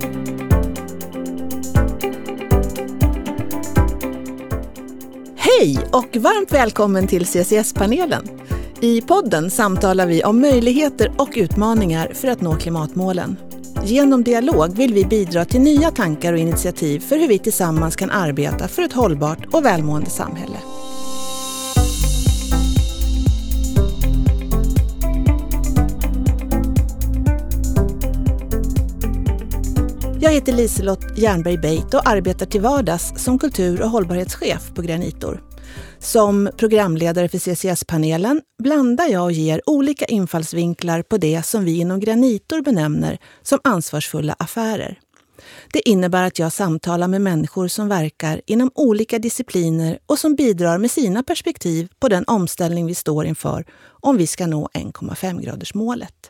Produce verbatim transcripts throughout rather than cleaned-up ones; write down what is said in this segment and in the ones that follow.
Hej och varmt välkommen till C C S-panelen. I podden samtalar vi om möjligheter och utmaningar för att nå klimatmålen. Genom dialog vill vi bidra till nya tankar och initiativ för hur vi tillsammans kan arbeta för ett hållbart och välmående samhälle. Jag heter Liselott Jernberg Beit och arbetar till vardags som kultur- och hållbarhetschef på Granitor. Som programledare för C C S-panelen blandar jag och ger olika infallsvinklar på det som vi inom Granitor benämner som ansvarsfulla affärer. Det innebär att jag samtalar med människor som verkar inom olika discipliner och som bidrar med sina perspektiv på den omställning vi står inför om vi ska nå en komma fem-gradersmålet.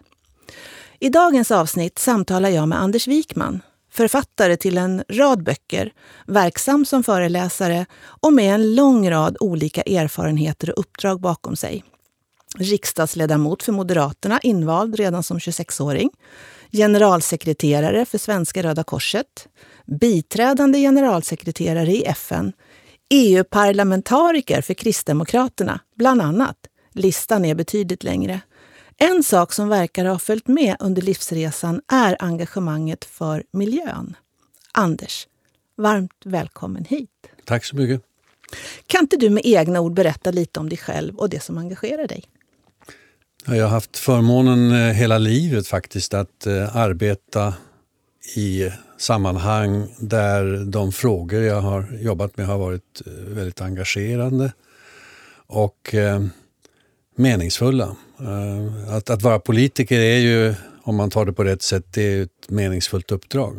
I dagens avsnitt samtalar jag med Anders Wijkman, författare till en rad böcker, verksam som föreläsare och med en lång rad olika erfarenheter och uppdrag bakom sig. Riksdagsledamot för Moderaterna, invald redan som tjugosexåring. Generalsekreterare för Svenska Röda Korset. Biträdande generalsekreterare i F N. E U-parlamentariker för Kristdemokraterna, bland annat. Listan är betydligt längre. En sak som verkar ha följt med under livsresan är engagemanget för miljön. Anders, varmt välkommen hit. Tack så mycket. Kan inte du med egna ord berätta lite om dig själv och det som engagerar dig? Jag har haft förmånen hela livet faktiskt att arbeta i sammanhang där de frågor jag har jobbat med har varit väldigt engagerande och meningsfulla. Att, att vara politiker är ju, om man tar det på rätt sätt, det är ett meningsfullt uppdrag.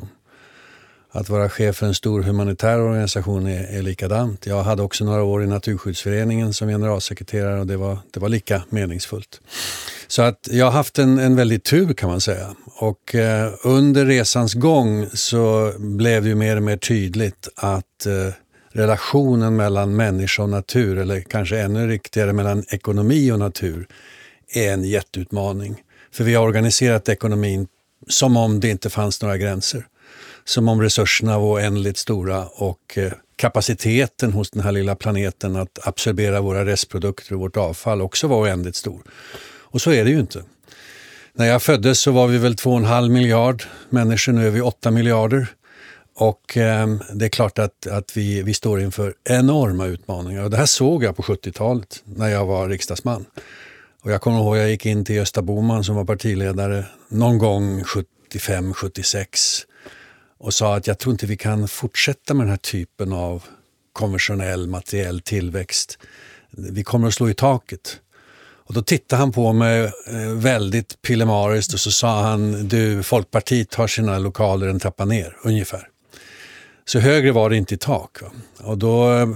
Att vara chef för en stor humanitär organisation är, är likadant. Jag hade också några år i Naturskyddsföreningen som generalsekreterare och det var, det var lika meningsfullt. Så att jag har haft en, en väldigt tur kan man säga. Och eh, under resans gång så blev det ju mer och mer tydligt att eh, relationen mellan människa och natur, eller kanske ännu riktigare mellan ekonomi och natur, är en jätteutmaning. För vi har organiserat ekonomin som om det inte fanns några gränser. Som om resurserna var oändligt stora och kapaciteten hos den här lilla planeten att absorbera våra restprodukter och vårt avfall också var oändligt stor. Och så är det ju inte. När jag föddes så var vi väl två och en halv miljard människor, nu är vi åtta miljarder. Och eh, det är klart att, att vi, vi står inför enorma utmaningar. Och det här såg jag på sjuttiotalet när jag var riksdagsman. Och jag kommer ihåg att jag gick in till Gösta Bohman som var partiledare någon gång sjuttiofem sjuttiosex och sa att jag tror inte vi kan fortsätta med den här typen av konventionell materiell tillväxt. Vi kommer att slå i taket. Och då tittade han på mig väldigt pillemariskt och så sa han, du, Folkpartiet har sina lokaler en trappa ner ungefär. Så högre var det inte i tak. Va? Och då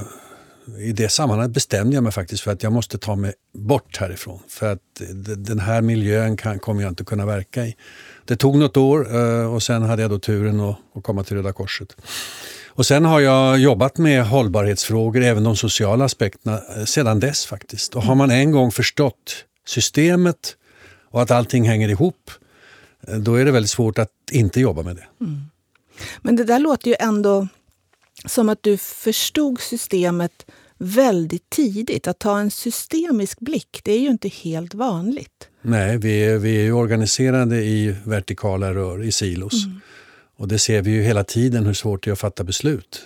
i det sammanhanget bestämde jag mig faktiskt för att jag måste ta mig bort härifrån. För att den här miljön kan, kommer jag inte kunna verka i. Det tog något år och sen hade jag då turen att, att komma till Röda Korset. Och sen har jag jobbat med hållbarhetsfrågor, även de sociala aspekterna, sedan dess faktiskt. Och har man en gång förstått systemet och att allting hänger ihop, då är det väldigt svårt att inte jobba med det. Mm. Men det där låter ju ändå som att du förstod systemet väldigt tidigt. Att ta en systemisk blick, det är ju inte helt vanligt. Nej, vi är, vi är ju organiserade i vertikala rör, i silos. Mm. Och det ser vi ju hela tiden hur svårt det är att fatta beslut.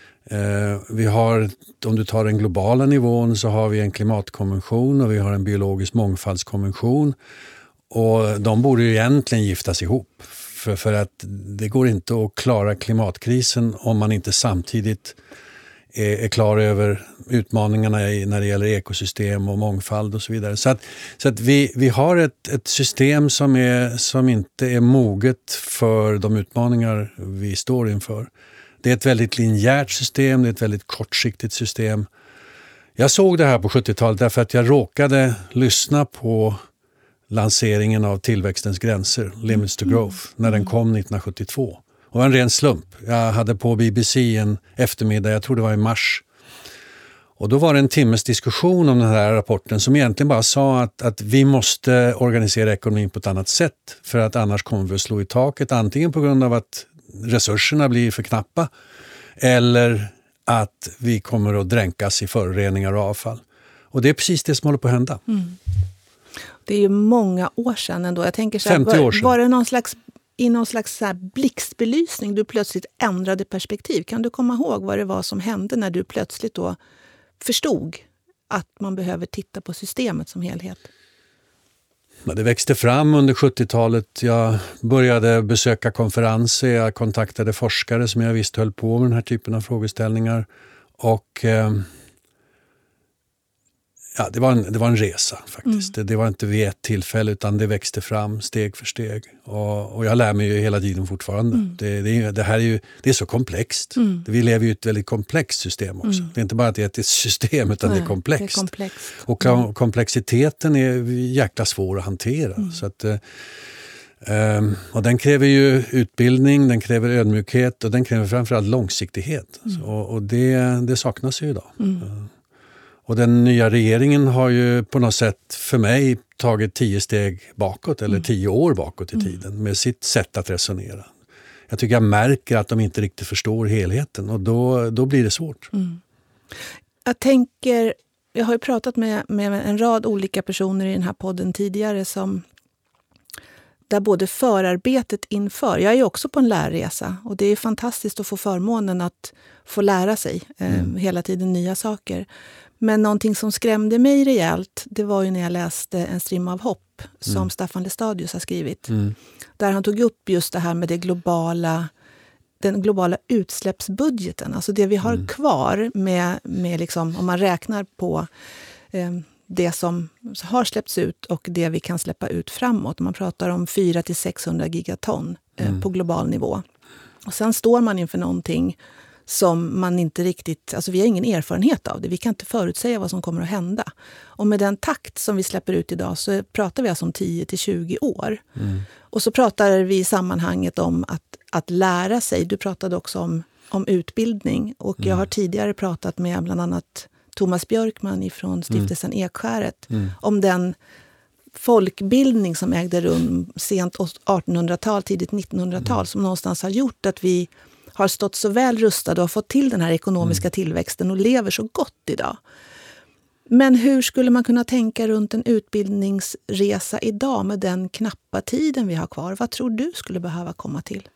Eh, vi har, om du tar den globala nivån så har vi en klimatkonvention och vi har en biologisk mångfaldskonvention. Och de borde ju egentligen giftas ihop. För, för att det går inte att klara klimatkrisen om man inte samtidigt är, är klar över utmaningarna i, när det gäller ekosystem och mångfald och så vidare. Så att, så att vi, vi har ett, ett system som, är, som inte är moget för de utmaningar vi står inför. Det är ett väldigt linjärt system, det är ett väldigt kortsiktigt system. Jag såg det här på sjuttiotalet därför att jag råkade lyssna på lanseringen av Tillväxtens gränser, Limits to Growth, när den kom nittonhundrasjuttiotvå. Och en ren slump. Jag hade på B B C en eftermiddag, jag tror det var i mars. Och då var det en timmes diskussion om den här rapporten som egentligen bara sa att, att vi måste organisera ekonomin på ett annat sätt. För att annars kommer vi att slå i taket. Antingen på grund av att resurserna blir för knappa eller att vi kommer att dränkas i föroreningar och avfall. Och det är precis det som håller på att hända. Mm. Det är ju många år sedan ändå. Jag tänker så här, femtio år sedan. Var, var det någon slags, i någon slags så här blixtbelysning du plötsligt ändrade perspektiv? Kan du komma ihåg vad det var som hände när du plötsligt då förstod att man behöver titta på systemet som helhet? Det växte fram under sjuttiotalet. Jag började besöka konferenser. Jag kontaktade forskare som jag visste höll på med den här typen av frågeställningar. Och eh, ja, det var en, det var en resa faktiskt. Mm. Det, det var inte vid ett tillfälle utan det växte fram steg för steg. Och, och jag lär mig ju hela tiden fortfarande. Mm. Det, det, det här är ju det är så komplext. Mm. Vi lever ju i ett väldigt komplext system också. Mm. Det är inte bara att det är ett system utan Nej, det är komplext. Det är komplext. Och mm. komplexiteten är jäkla svår att hantera. Mm. Så att, um, och den kräver ju utbildning, den kräver ödmjukhet och den kräver framförallt långsiktighet. Mm. Så, och och det, det saknas ju idag. Mm. Och den nya regeringen har ju på något sätt för mig tagit tio steg bakåt eller mm. tio år bakåt i tiden mm. med sitt sätt att resonera. Jag tycker jag märker att de inte riktigt förstår helheten och då, då blir det svårt. Mm. Jag tänker, jag har ju pratat med, med en rad olika personer i den här podden tidigare som där både förarbetet inför, jag är ju också på en lärresa och det är fantastiskt att få förmånen att få lära sig eh, mm. hela tiden nya saker. Men någonting som skrämde mig rejält, det var ju när jag läste En strimma av hopp som mm. Staffan Lestadius har skrivit. Mm. Där han tog upp just det här med det globala, den globala utsläppsbudgeten. Alltså det vi har mm. kvar med, med liksom, om man räknar på eh, det som har släppts ut och det vi kan släppa ut framåt. Man pratar om fyra till sexhundra gigaton eh, mm. på global nivå. Och sen står man inför någonting som man inte riktigt, alltså vi har ingen erfarenhet av det. Vi kan inte förutsäga vad som kommer att hända. Och med den takt som vi släpper ut idag så pratar vi alltså om tio till tjugo år. Mm. Och så pratar vi i sammanhanget om att, att lära sig. Du pratade också om, om utbildning. Och mm. jag har tidigare pratat med bland annat Thomas Björkman från stiftelsen mm. Ekskäret mm. om den folkbildning som ägde rum sent artonhundratal, tidigt nittonhundratal mm. som någonstans har gjort att vi har stått så väl rustade och har fått till den här ekonomiska mm. tillväxten och lever så gott idag. Men hur skulle man kunna tänka runt en utbildningsresa idag med den knappa tiden vi har kvar? Vad tror du skulle behöva komma till?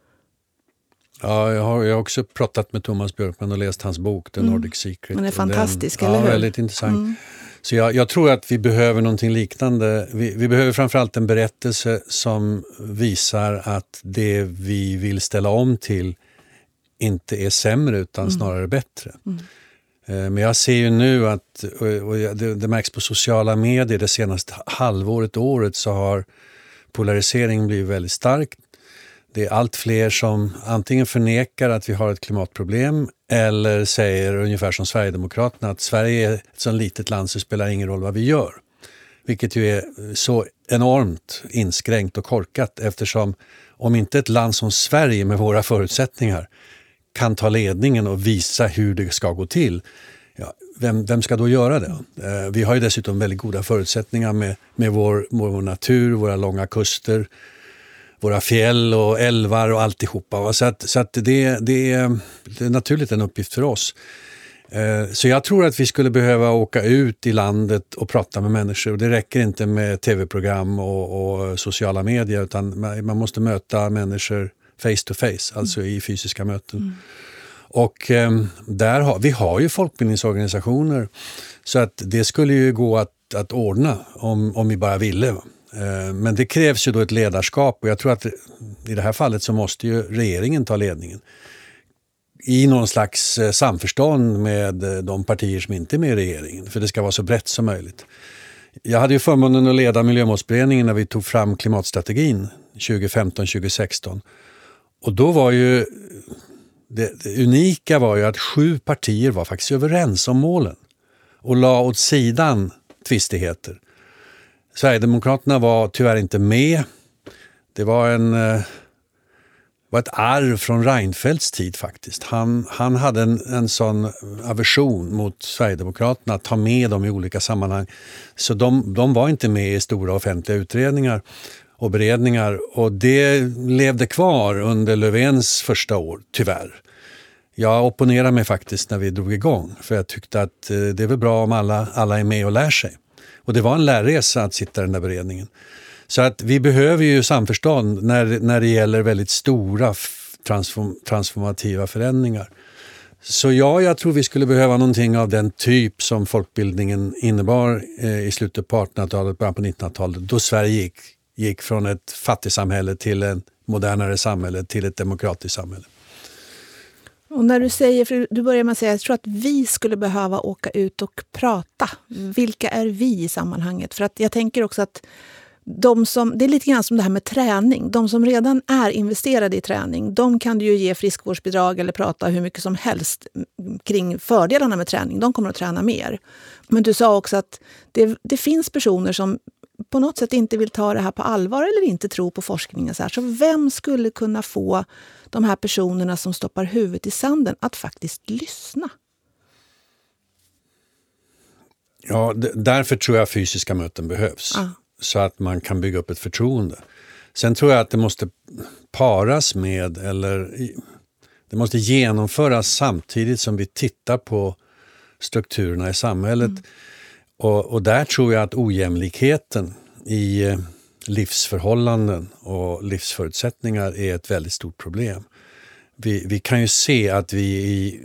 Ja, jag har, jag har också pratat med Thomas Björkman och läst hans bok The mm. Nordic Secret. Den är fantastisk, den, eller hur? Ja, väldigt intressant. Mm. Så jag, jag tror att vi behöver någonting liknande. Vi, vi behöver framförallt en berättelse som visar att det vi vill ställa om till inte är sämre utan mm. snarare bättre. Mm. Men jag ser ju nu att, och det, det märks på sociala medier det senaste halvåret, året så har polariseringen blivit väldigt stark. Det är allt fler som antingen förnekar att vi har ett klimatproblem eller säger ungefär som Sverigedemokraterna att Sverige är ett så litet land så spelar ingen roll vad vi gör. Vilket ju är så enormt inskränkt och korkat eftersom om inte ett land som Sverige med våra förutsättningar kan ta ledningen och visa hur det ska gå till, ja, vem, vem ska då göra det? Eh, vi har ju dessutom väldigt goda förutsättningar med, med vår, vår natur, våra långa kuster, våra fjäll och älvar och alltihopa. Så att, så att det, det, är, det är naturligt en uppgift för oss. Eh, så jag tror att vi skulle behöva åka ut i landet och prata med människor. Och det räcker inte med tv-program och, och sociala medier utan man måste möta människor face to face, alltså mm. i fysiska möten. Mm. Och eh, där har, vi har ju folkbildningsorganisationer så att det skulle ju gå att, att ordna om, om vi bara ville. Eh, men det krävs ju då ett ledarskap och jag tror att i det här fallet så måste ju regeringen ta ledningen. I någon slags eh, samförstånd med eh, de partier som inte är med i regeringen, för det ska vara så brett som möjligt. Jag hade ju förmånen att leda Miljömålsberedningen när vi tog fram klimatstrategin tjugo femton tjugo sexton. Och då var ju det, det unika var ju att sju partier var faktiskt överens om målen och la åt sidan tvistigheter. Sverigedemokraterna var tyvärr inte med. Det var en var ett arv från Reinfeldts tid faktiskt. Han, han hade en, en sån aversion mot Sverigedemokraterna att ta med dem i olika sammanhang. Så de, de var inte med i stora offentliga utredningar. och beredningar. Och det levde kvar under Löfvens första år, tyvärr. Jag opponerade mig faktiskt när vi drog igång. För jag tyckte att det är väl bra om alla, alla är med och lär sig. Och det var en lärresa att sitta i den där beredningen. Så att vi behöver ju samförstånd när, när det gäller väldigt stora transform, transformativa förändringar. Så ja, jag tror vi skulle behöva någonting av den typ som folkbildningen innebar eh, i slutet på artonhundratalet, början på nittonhundratalet, då Sverige gick, gick från ett fattigsamhälle till ett modernare samhälle, till ett demokratiskt samhälle. Och när du säger, för du börjar med att säga, jag tror att vi skulle behöva åka ut och prata. Vilka är vi i sammanhanget? För att jag tänker också att de som, det är lite grann som det här med träning. De som redan är investerade i träning, de kan du ju ge friskvårdsbidrag eller prata hur mycket som helst kring fördelarna med träning. De kommer att träna mer. Men du sa också att det, det finns personer som på något sätt inte vill ta det här på allvar eller inte tro på forskningen. Så, här. Så vem skulle kunna få de här personerna som stoppar huvudet i sanden att faktiskt lyssna? Ja, d- därför tror jag fysiska möten behövs. Ah. Så att man kan bygga upp ett förtroende. Sen tror jag att det måste paras med, eller det måste genomföras samtidigt som vi tittar på strukturerna i samhället. Mm. Och, och där tror jag att ojämlikheten i livsförhållanden och livsförutsättningar är ett väldigt stort problem. Vi, vi kan ju se att vi i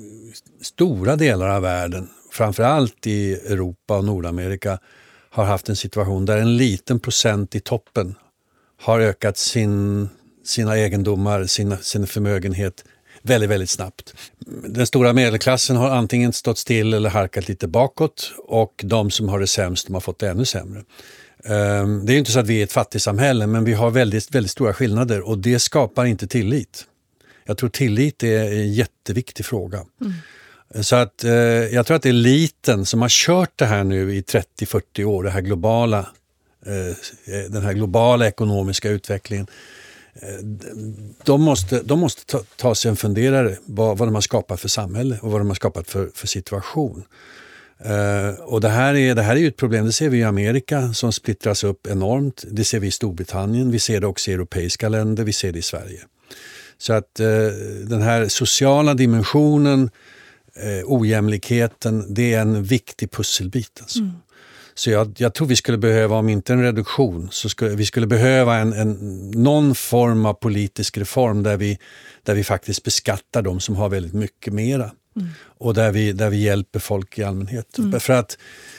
stora delar av världen, framförallt i Europa och Nordamerika, har haft en situation där en liten procent i toppen har ökat sin, sina egendomar, sin, sin förmögenhet väldigt, väldigt snabbt. Den stora medelklassen har antingen stått still eller harkat lite bakåt, och de som har det sämst, de har fått det ännu sämre. Det är ju inte så att vi är ett fattigsamhälle, men vi har väldigt, väldigt stora skillnader, och det skapar inte tillit. Jag tror tillit är en jätteviktig fråga. Mm. Så att eh, jag tror att eliten som har kört det här nu i trettio till fyrtio år, det här globala, eh, den här globala ekonomiska utvecklingen, eh, de måste, de måste ta, ta sig en funderare vad, vad de har skapat för samhälle och vad de har skapat för, för situation. Eh, och det här, är, det här är ju ett problem, det ser vi i Amerika som splittras upp enormt, det ser vi i Storbritannien, vi ser det också i europeiska länder, vi ser det i Sverige. Så att eh, den här sociala dimensionen, Eh, ojämlikheten, det är en viktig pusselbit. Alltså. Mm. Så jag, jag tror vi skulle behöva, om inte en reduktion, så skulle vi skulle behöva en, en, någon form av politisk reform där vi, där vi faktiskt beskattar de som har väldigt mycket mera. Mm. Och där vi, där vi hjälper folk i allmänhet. Mm. För att,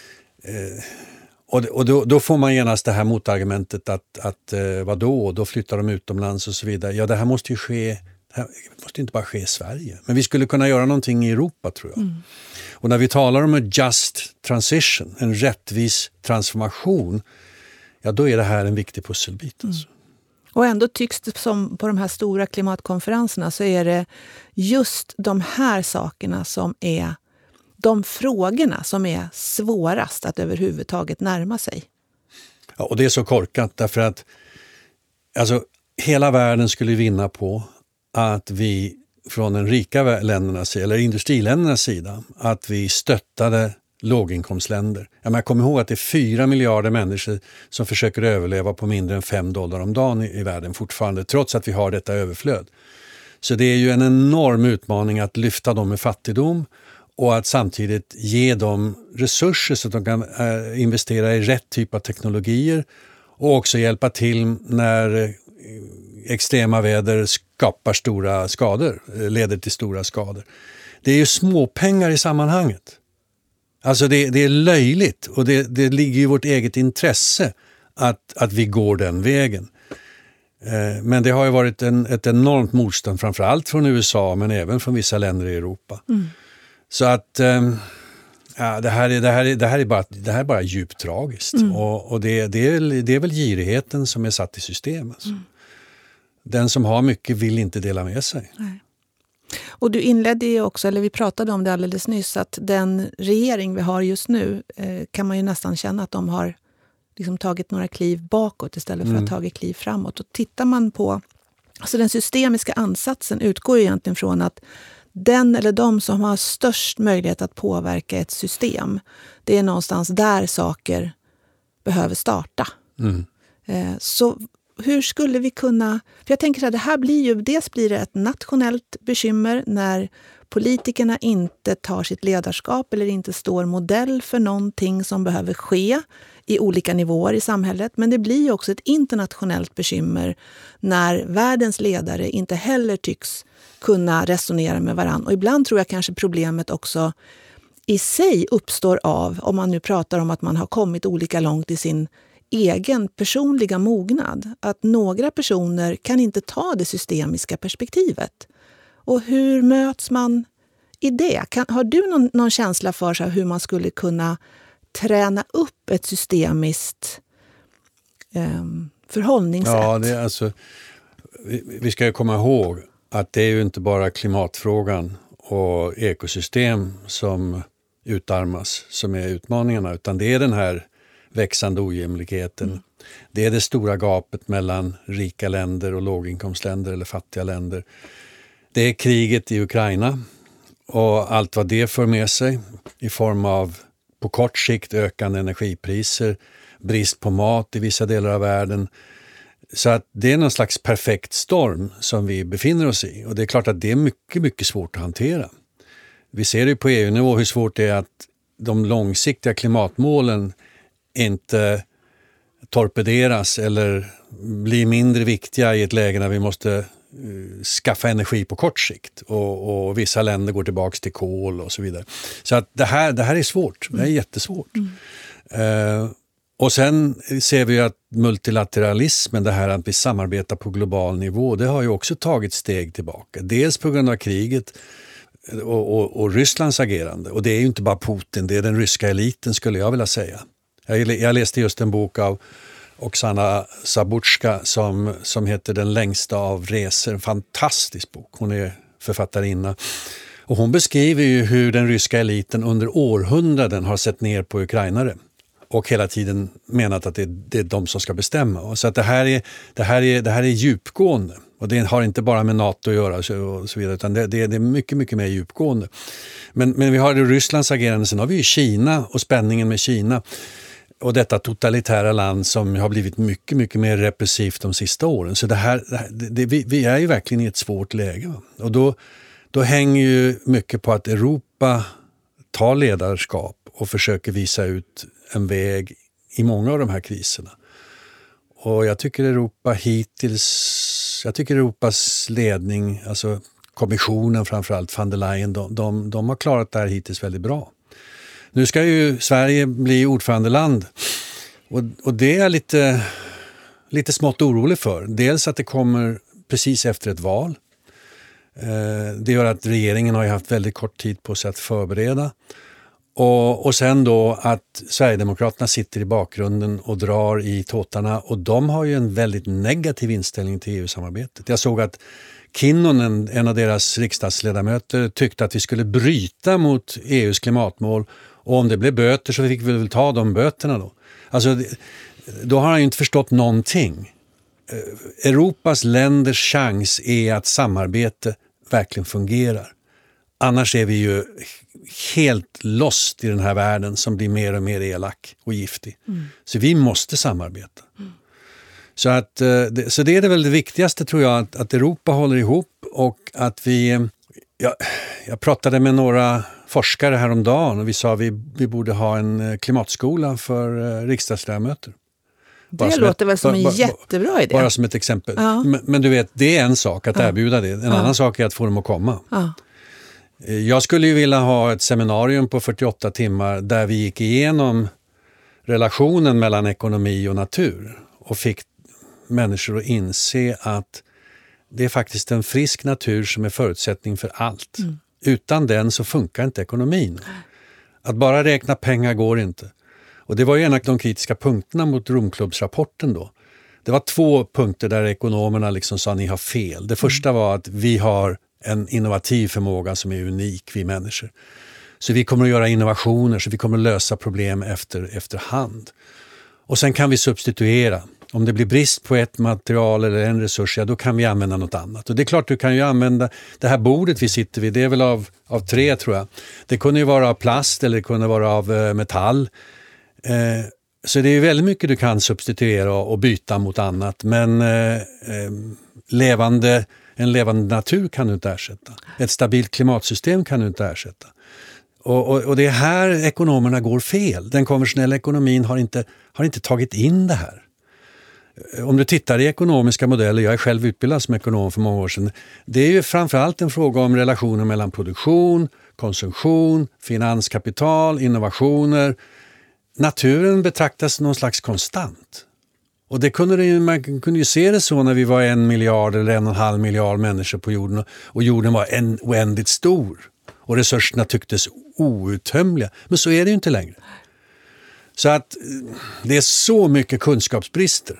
eh, och och då, då får man genast det här motargumentet att, att eh, vadå, då flyttar de utomlands och så vidare. Ja, det här måste ju ske. Det måste inte bara ske i Sverige. Men vi skulle kunna göra någonting i Europa, tror jag. Mm. Och när vi talar om en just transition, en rättvis transformation, ja, då är det här en viktig pusselbit. Alltså. Mm. Och ändå tycks det som på de här stora klimatkonferenserna så är det just de här sakerna som är de frågorna som är svårast att överhuvudtaget närma sig. Ja, och det är så korkat därför att alltså, hela världen skulle vinna på att vi från den rika ländernas eller industriländernas sida, att vi stöttade låginkomstländer. Jag menar, kom ihåg att det är fyra miljarder människor som försöker överleva på mindre än fem dollar om dagen i, i världen fortfarande, trots att vi har detta överflöd. Så det är ju en enorm utmaning att lyfta dem med fattigdom och att samtidigt ge dem resurser så att de kan äh, investera i rätt typ av teknologier och också hjälpa till när äh, extrema väder skapar stora skador, leder till stora skador. Det är ju småpengar i sammanhanget. Alltså det, det är löjligt och det, det ligger i vårt eget intresse att, att vi går den vägen. Eh, men det har ju varit en, ett enormt motstånd, framförallt från U S A men även från vissa länder i Europa. Mm. Så att eh, ja, det, här är, det, här är, det, här är bara, det här är bara djupt tragiskt. Mm. Och, och det, det, är, det är väl girigheten som är satt i system. Alltså. Mm. Den som har mycket vill inte dela med sig. Nej. Och du inledde ju också, eller vi pratade om det alldeles nyss, att den regering vi har just nu eh, kan man ju nästan känna att de har liksom tagit några kliv bakåt istället för mm. att ha tagit kliv framåt. Och tittar man på, alltså den systemiska ansatsen utgår ju egentligen från att den eller de som har störst möjlighet att påverka ett system, det är någonstans där saker behöver starta. Mm. Så hur skulle vi kunna... För jag tänker att det här blir ju... Dels blir det ett nationellt bekymmer när politikerna inte tar sitt ledarskap eller inte står modell för någonting som behöver ske i olika nivåer i samhället. Men det blir ju också ett internationellt bekymmer när världens ledare inte heller tycks kunna resonera med varann. Och ibland tror jag kanske problemet också i sig uppstår av, om man nu pratar om att man har kommit olika långt i sin egen personliga mognad, att några personer kan inte ta det systemiska perspektivet. Och hur möts man i det? Kan, har du någon, någon känsla för så här, hur man skulle kunna träna upp ett systemiskt eh, förhållningssätt? Ja, det är alltså, vi, vi ska ju komma ihåg att det är ju inte bara klimatfrågan och ekosystem som utarmas som är utmaningarna, utan det är den här växande ojämlikheten. Mm. Det är det stora gapet mellan rika länder och låginkomstländer eller fattiga länder. Det är kriget i Ukraina och allt vad det för med sig i form av på kort sikt ökande energipriser, brist på mat i vissa delar av världen. Så att det är någon slags perfekt storm som vi befinner oss i. Och det är klart att det är mycket, mycket svårt att hantera. Vi ser ju på E U-nivå hur svårt det är att de långsiktiga klimatmålen inte torpederas eller blir mindre viktiga i ett läge när vi måste uh, skaffa energi på kort sikt. Och, och vissa länder går tillbaka till kol och så vidare. Så att det här, det här är svårt. Det är jättesvårt. Mm. Uh, och sen ser vi att multilateralismen, det här att vi samarbetar på global nivå, det har ju också tagit steg tillbaka. Dels på grund av kriget och, och, och Rysslands agerande. Och det är ju inte bara Putin, det är den ryska eliten skulle jag vilja säga. Jag, jag läste just en bok av Oksana Zabutska som, som heter Den längsta av resor. En fantastisk bok. Hon är författarinna. Och hon beskriver ju hur den ryska eliten under århundraden har sett ner på ukrainare. Och hela tiden menat att det, det är de som ska bestämma. Och så att det här är, det här är, det här är djupgående. Och det har inte bara med NATO att göra och så vidare, utan det, det, det är mycket, mycket mer djupgående. Men, men vi har Rysslands agerande, sen har vi ju Kina och spänningen med Kina. Och detta totalitära land som har blivit mycket, mycket mer repressivt de sista åren. Så det här, det, det, vi, vi är ju verkligen i ett svårt läge. Va? Och då, då hänger ju mycket på att Europa tar ledarskap och försöker visa ut en väg i många av de här kriserna. Och jag tycker Europa hittills, jag tycker Europas ledning, alltså kommissionen framförallt, van der Leyen, de, de, de har klarat det här hittills väldigt bra. Nu ska ju Sverige bli ordförandeland och, och det är jag lite, lite smått orolig för. Dels att det kommer precis efter ett val. Eh, det gör att regeringen har ju haft väldigt kort tid på sig att förbereda. Och, och sen då att Sverigedemokraterna sitter i bakgrunden och drar i tåtarna, och de har ju en väldigt negativ inställning till E U-samarbetet. Jag såg att Kinnunen, en av deras riksdagsledamöter, tyckte att vi skulle bryta mot E U:s klimatmål, och om det blev böter så fick vi väl ta de böterna då. Alltså, då har han ju inte förstått någonting. Europas länders chans är att samarbete verkligen fungerar. Annars är vi ju helt lost i den här världen som blir mer och mer elak och giftig. Mm. Så vi måste samarbeta. Mm. Så, att, så det är det väl det viktigaste, tror jag, att, att Europa håller ihop, och att vi... Ja, jag pratade med några forskare häromdagen och vi sa att vi, vi borde ha en klimatskola för riksdagsledamöter. Det låter ett, väl som en bara, jättebra idé. Bara som ett exempel. Ja. Men, men du vet, det är en sak att ja. erbjuda det. En ja. annan sak är att få dem att komma. Ja. Jag skulle ju vilja ha ett seminarium på fyrtioåtta timmar där vi gick igenom relationen mellan ekonomi och natur och fick människor att inse att det är faktiskt en frisk natur som är förutsättning för allt. Mm. Utan den så funkar inte ekonomin. Att bara räkna pengar går inte. Och det var ju en av de kritiska punkterna mot Romklubbsrapporten då. Det var två punkter där ekonomerna liksom sa ni har fel. Det första var att vi har en innovativ förmåga som är unik, vi människor. Så vi kommer att göra innovationer, så vi kommer att lösa problem efter, efter hand. Och sen kan vi substituera. Om det blir brist på ett material eller en resurs, ja, då kan vi använda något annat. Och det är klart, du kan ju använda det här bordet vi sitter vid, det är väl av, av trä tror jag. Det kunde ju vara av plast eller det kunde vara av eh, metall. Eh, Så det är väldigt mycket du kan substituera och byta mot annat. Men eh, eh, levande, en levande natur kan du inte ersätta. Ett stabilt klimatsystem kan du inte ersätta. Och, och, och det är här ekonomerna går fel. Den konventionella ekonomin har inte, har inte tagit in det här. Om du tittar i ekonomiska modeller, jag är själv utbildad som ekonom för många år sedan, det är ju framförallt en fråga om relationer mellan produktion, konsumtion, finanskapital, innovationer. Naturen betraktas som någon slags konstant. Och det kunde det ju, man kunde ju se det så när vi var en miljard eller en och en halv miljard människor på jorden och jorden var en, oändligt stor och resurserna tycktes outtömliga. Men så är det ju inte längre. Så att det är så mycket kunskapsbrister.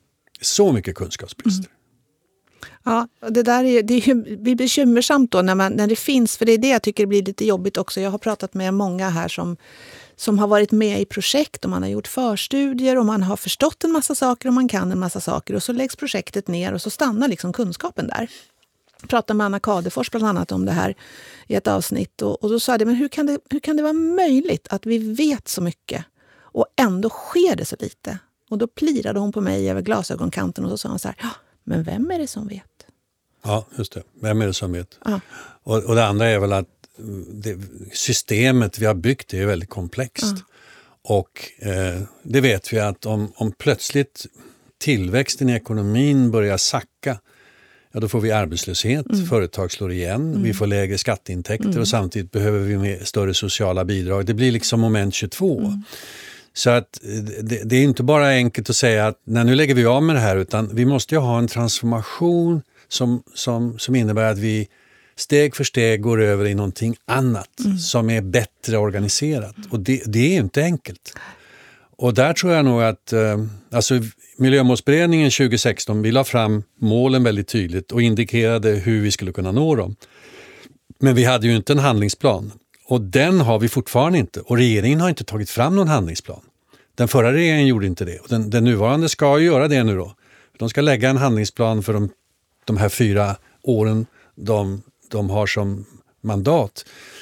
Så mycket kunskapsbrister. Mm. Ja, det där är, det är ju det är bekymmersamt då när, man, när det finns, för det är det jag tycker blir lite jobbigt också. Jag har pratat med många här som, som har varit med i projekt och man har gjort förstudier och man har förstått en massa saker och man kan en massa saker och så läggs projektet ner och så stannar liksom kunskapen där. Jag pratade med Anna Kadefors bland annat om det här i ett avsnitt och, och då sa jag, men hur kan, det, hur kan det vara möjligt att vi vet så mycket och ändå sker det så lite? Och då plirade hon på mig över glasögonkanten och så sa hon så här, ja, men vem är det som vet? Ja, just det. Vem är det som vet? Ja. Och, och det andra är väl att det, systemet vi har byggt är väldigt komplext. Ja. Och eh, det vet vi att om, om plötsligt tillväxten i ekonomin börjar sacka, ja, då får vi arbetslöshet, mm. företag slår igen, mm. vi får lägre skatteintäkter mm. och samtidigt behöver vi med större sociala bidrag. Det blir liksom moment tjugotvå. Mm. Så att det, det är inte bara enkelt att säga att nej, nu lägger vi av med det här, utan vi måste ju ha en transformation som, som, som innebär att vi steg för steg går över i någonting annat mm. som är bättre organiserat. Och det, det är ju inte enkelt. Och där tror jag nog att eh, alltså Miljömålsberedningen tjugo sexton, vi la fram målen väldigt tydligt och indikerade hur vi skulle kunna nå dem. Men vi hade ju inte en handlingsplan. Och den har vi fortfarande inte. Och regeringen har inte tagit fram någon handlingsplan. Den förra regeringen gjorde inte det. Och den, den nuvarande ska ju göra det nu då. De ska lägga en handlingsplan för de, de här fyra åren de, de har som mandat.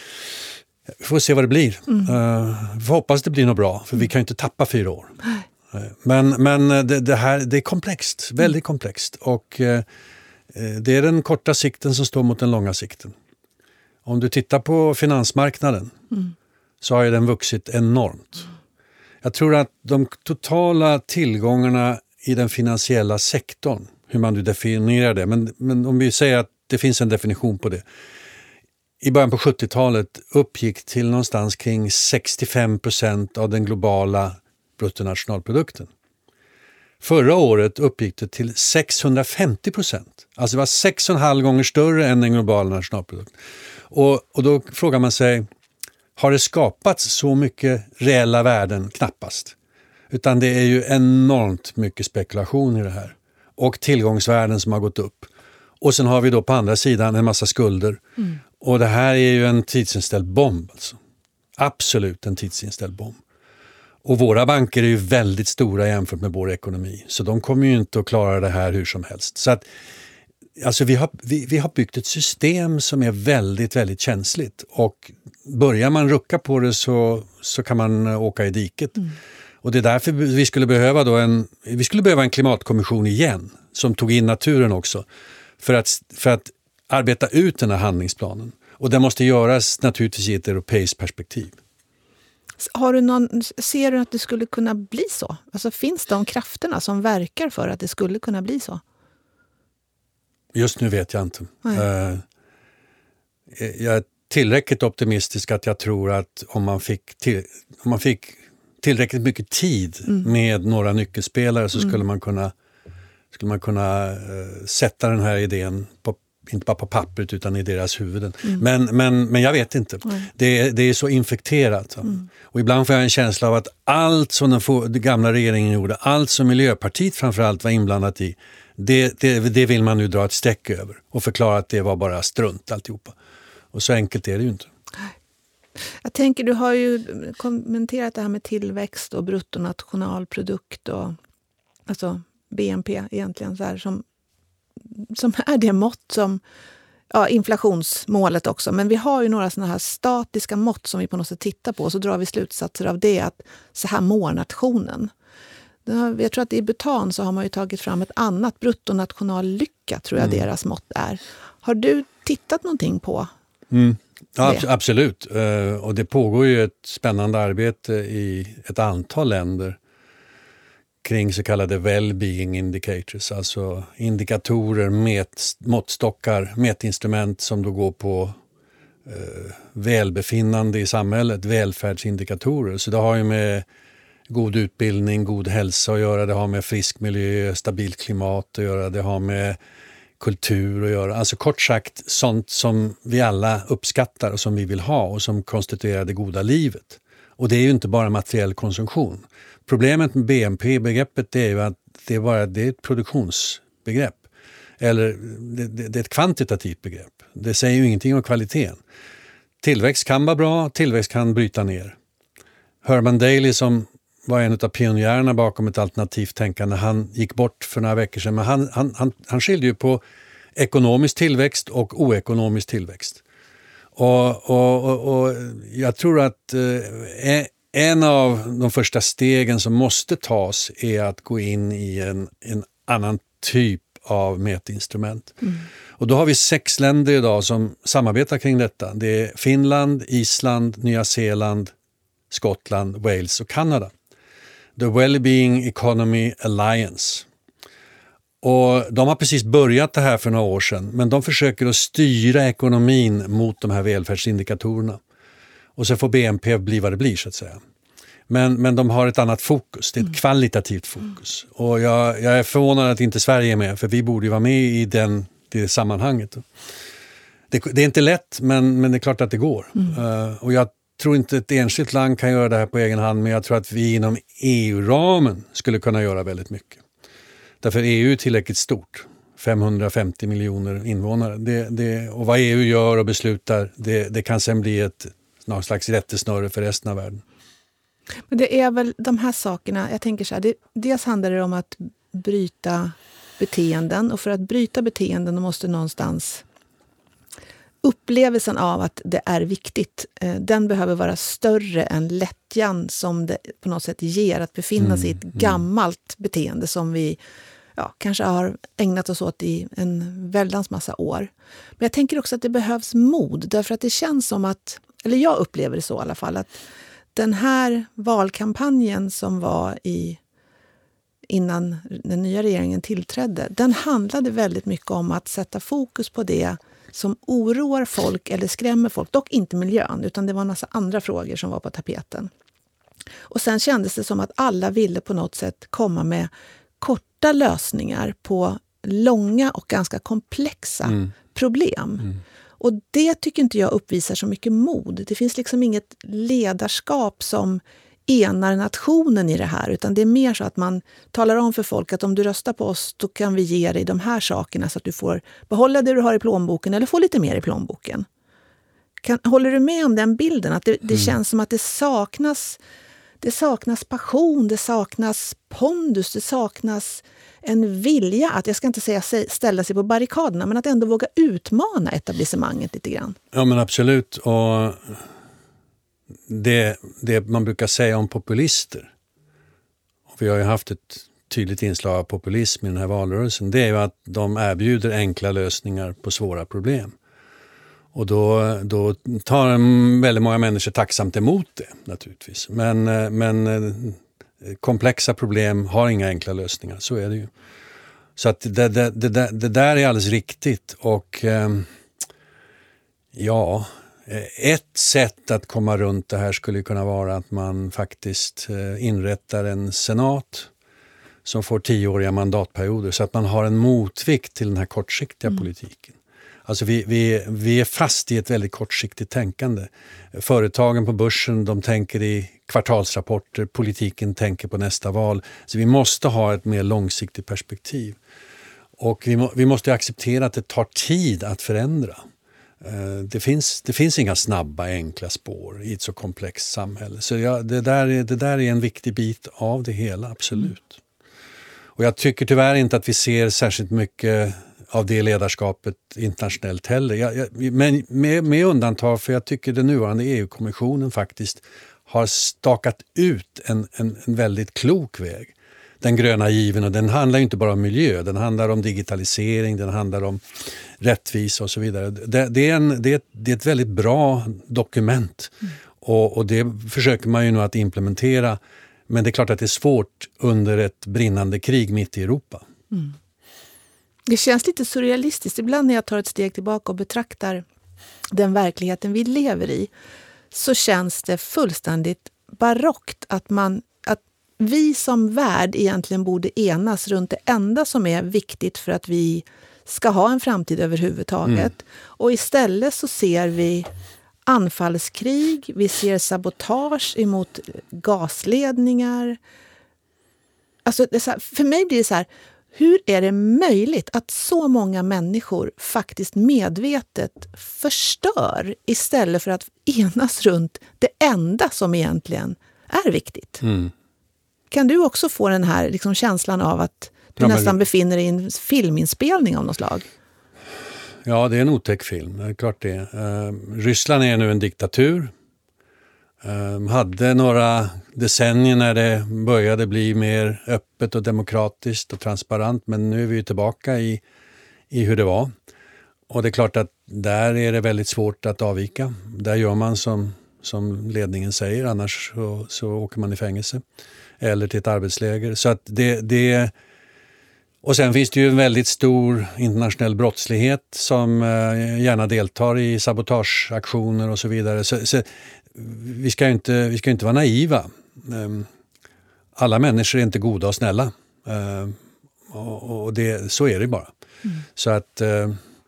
Vi får se vad det blir. Mm. Uh, vi hoppas det blir något bra. För vi kan ju inte tappa fyra år. Uh, men men det, det här det är komplext. Väldigt komplext. Och uh, det är den korta sikten som står mot den långa sikten. Om du tittar på finansmarknaden mm. så har ju den vuxit enormt. Mm. Jag tror att de totala tillgångarna i den finansiella sektorn, hur man nu definierar det, men, men om vi säger att det finns en definition på det. I början på sjuttiotalet uppgick till någonstans kring sextiofem procent av den globala bruttonationalprodukten. Förra året uppgick det till sexhundrafemtio procent. Alltså det var sex och en halv gånger större än den globala nationalprodukten. Och, och då frågar man sig, har det skapats så mycket reella värden? Knappast. Utan det är ju enormt mycket spekulation i det här. Och tillgångsvärden som har gått upp. Och sen har vi då på andra sidan en massa skulder. Mm. Och det här är ju en tidsinställd bomb. Alltså. Absolut en tidsinställd bomb. Och våra banker är ju väldigt stora jämfört med vår ekonomi. Så de kommer ju inte att klara det här hur som helst. Så att alltså vi har, vi, vi har byggt ett system som är väldigt, väldigt känsligt. Och börjar man rucka på det så, så kan man åka i diket. Mm. Och det är därför vi skulle behöva då en, vi skulle behöva en klimatkommission igen. Som tog in naturen också. För att, för att arbeta ut den här handlingsplanen. Och det måste göras naturligtvis i ett europeiskt perspektiv. Har du någon, ser du att det skulle kunna bli så? Alltså finns de krafterna som verkar för att det skulle kunna bli så? Just nu vet jag inte. Uh, jag är tillräckligt optimistisk att jag tror att om man fick, till, om man fick tillräckligt mycket tid mm. med några nyckelspelare så skulle mm. man kunna, skulle man kunna uh, sätta den här idén på, inte bara på pappret utan i deras huvuden. Mm. Men, men, men jag vet inte. Mm. Det, det är så infekterat. Mm. Och ibland får jag en känsla av att allt som den, for, den gamla regeringen gjorde, allt som Miljöpartiet framförallt var inblandat i, Det, det, det vill man nu dra ett streck över och förklara att det var bara strunt alltihopa. Och så enkelt är det ju inte. Jag tänker, du har ju kommenterat det här med tillväxt och bruttonationalprodukt och alltså B N P egentligen så här, som, som är det mått som ja, inflationsmålet också. Men vi har ju några sådana här statiska mått som vi på något sätt tittar på. Så drar vi slutsatser av det, att så här mår nationen. Jag tror att i Bhutan så har man ju tagit fram ett annat bruttonationallycka, tror jag mm. deras mått är. Har du tittat någonting på mm. Ja, det? absolut. Och det pågår ju ett spännande arbete i ett antal länder kring så kallade well-being indicators, alltså indikatorer, met, måttstockar, mätinstrument som då går på eh, välbefinnande i samhället, välfärdsindikatorer. Så det har ju med god utbildning, god hälsa att göra, det har med frisk miljö, stabilt klimat att göra, det har med kultur att göra. Alltså kort sagt sånt som vi alla uppskattar och som vi vill ha och som konstituerar det goda livet. Och det är ju inte bara materiell konsumtion. Problemet med B N P-begreppet är ju att det är, bara, det är ett produktionsbegrepp. Eller det, det, det är ett kvantitativt begrepp. Det säger ju ingenting om kvaliteten. Tillväxt kan vara bra, tillväxt kan bryta ner. Herman Daly, som var en av pionjärerna bakom ett alternativt tänkande, han gick bort för några veckor sedan, men han, han, han, han skilde ju på ekonomisk tillväxt och oekonomisk tillväxt. Och, och, och, och jag tror att eh, en av de första stegen som måste tas är att gå in i en, en annan typ av mätinstrument. Mm. Och då har vi sex länder idag som samarbetar kring detta. Det är Finland, Island, Nya Zeeland, Skottland, Wales och Kanada. The Wellbeing Economy Alliance. Och de har precis börjat det här för några år sedan, men de försöker att styra ekonomin mot de här välfärdsindikatorerna. Och så får B N P bli vad det blir, så att säga. Men, men de har ett annat fokus, det är ett mm. kvalitativt fokus. Och jag, jag är förvånad att inte Sverige är med, för vi borde ju vara med i den, det sammanhanget. Det, det är inte lätt, men, men det är klart att det går. Mm. Uh, och jag tror inte ett enskilt land kan göra det här på egen hand, men jag tror att vi inom E U-ramen skulle kunna göra väldigt mycket. Därför E U är tillräckligt stort, femhundrafemtio miljoner invånare. Det, det, och vad E U gör och beslutar, det, det kan sen bli ett någon slags rättesnöre för resten av världen. Men det är väl de här sakerna, jag tänker så här, det, dels handlar det om att bryta beteenden, och för att bryta beteenden måste någonstans upplevelsen av att det är viktigt, eh, den behöver vara större än lättjan som det på något sätt ger att befinna mm, sig i ett mm. gammalt beteende som vi ja, kanske har ägnat oss åt i en väldans massa år. Men jag tänker också att det behövs mod, därför att det känns som att, eller jag upplever det så i alla fall, att den här valkampanjen som var i innan den nya regeringen tillträdde, den handlade väldigt mycket om att sätta fokus på det som oroar folk eller skrämmer folk. Dock inte miljön, utan det var en massa andra frågor som var på tapeten. Och sen kändes det som att alla ville på något sätt komma med korta lösningar på långa och ganska komplexa mm. problem. Mm. Och det tycker inte jag uppvisar så mycket mod. Det finns liksom inget ledarskap som enar nationen i det här, utan det är mer så att man talar om för folk att om du röstar på oss, då kan vi ge dig de här sakerna så att du får behålla det du har i plånboken eller få lite mer i plånboken. Kan, håller du med om den bilden? Att det, det mm. känns som att det saknas, det saknas passion, det saknas pondus, det saknas en vilja att, jag ska inte säga ställa sig på barrikaderna, men att ändå våga utmana etablissemanget lite grann. Ja, men absolut. Och det, det man brukar säga om populister, och vi har ju haft ett tydligt inslag av populism i den här valrörelsen, det är ju att de erbjuder enkla lösningar på svåra problem. Och då, då tar väldigt många människor tacksamt emot det, naturligtvis. Men, men komplexa problem har inga enkla lösningar, så är det ju. Så att det, det, det, det där är alldeles riktigt. Och ja, ett sätt att komma runt det här skulle kunna vara att man faktiskt inrättar en senat som får tioåriga mandatperioder, så att man har en motvikt till den här kortsiktiga mm. politiken. Alltså vi, vi, vi är fast i ett väldigt kortsiktigt tänkande. Företagen på börsen, de tänker i kvartalsrapporter, politiken tänker på nästa val. Så vi måste ha ett mer långsiktigt perspektiv. Och vi, må, vi måste acceptera att det tar tid att förändra. Det finns, det finns inga snabba, enkla spår i ett så komplext samhälle. Så ja, det, där är, det där är en viktig bit av det hela, absolut. Mm. Och jag tycker tyvärr inte att vi ser särskilt mycket av det ledarskapet internationellt heller. Jag, jag, men med, med undantag för jag tycker den nuvarande E U-kommissionen faktiskt har stakat ut en, en, en väldigt klok väg. Den gröna given, och den handlar ju inte bara om miljö, den handlar om digitalisering, den handlar om rättvisa och så vidare. Det, det, är, en, det, är, ett, det är ett väldigt bra dokument mm. och, och det försöker man ju nu att implementera, men det är klart att det är svårt under ett brinnande krig mitt i Europa. Mm. Det känns lite surrealistiskt ibland när jag tar ett steg tillbaka och betraktar den verkligheten vi lever i, så känns det fullständigt barockt att man vi som värld egentligen borde enas runt det enda som är viktigt för att vi ska ha en framtid överhuvudtaget. Mm. Och istället så ser vi anfallskrig, vi ser sabotage emot gasledningar. Alltså det är så här, för mig blir det så här, hur är det möjligt att så många människor faktiskt medvetet förstör istället för att enas runt det enda som egentligen är viktigt? Mm. Kan du också få den här liksom, känslan av att du ja, nästan men... befinner dig i en filminspelning av något slag? Ja, det är en otäck film. Det är klart det. Uh, Ryssland är nu en diktatur. Uh, hade några decennier när det började bli mer öppet och demokratiskt och transparent. Men nu är vi tillbaka i, i hur det var. Och det är klart att där är det väldigt svårt att avvika. Där gör man som, som ledningen säger, annars så, så åker man i fängelse. Eller till ett arbetsläger. Så att det, det, och sen finns det ju en väldigt stor internationell brottslighet som eh, gärna deltar i sabotageaktioner och så vidare. Så, så, vi ska ju inte, vi ska inte vara naiva. Um, alla människor är inte goda och snälla. Uh, och och det, så är det bara. Mm. Så att uh,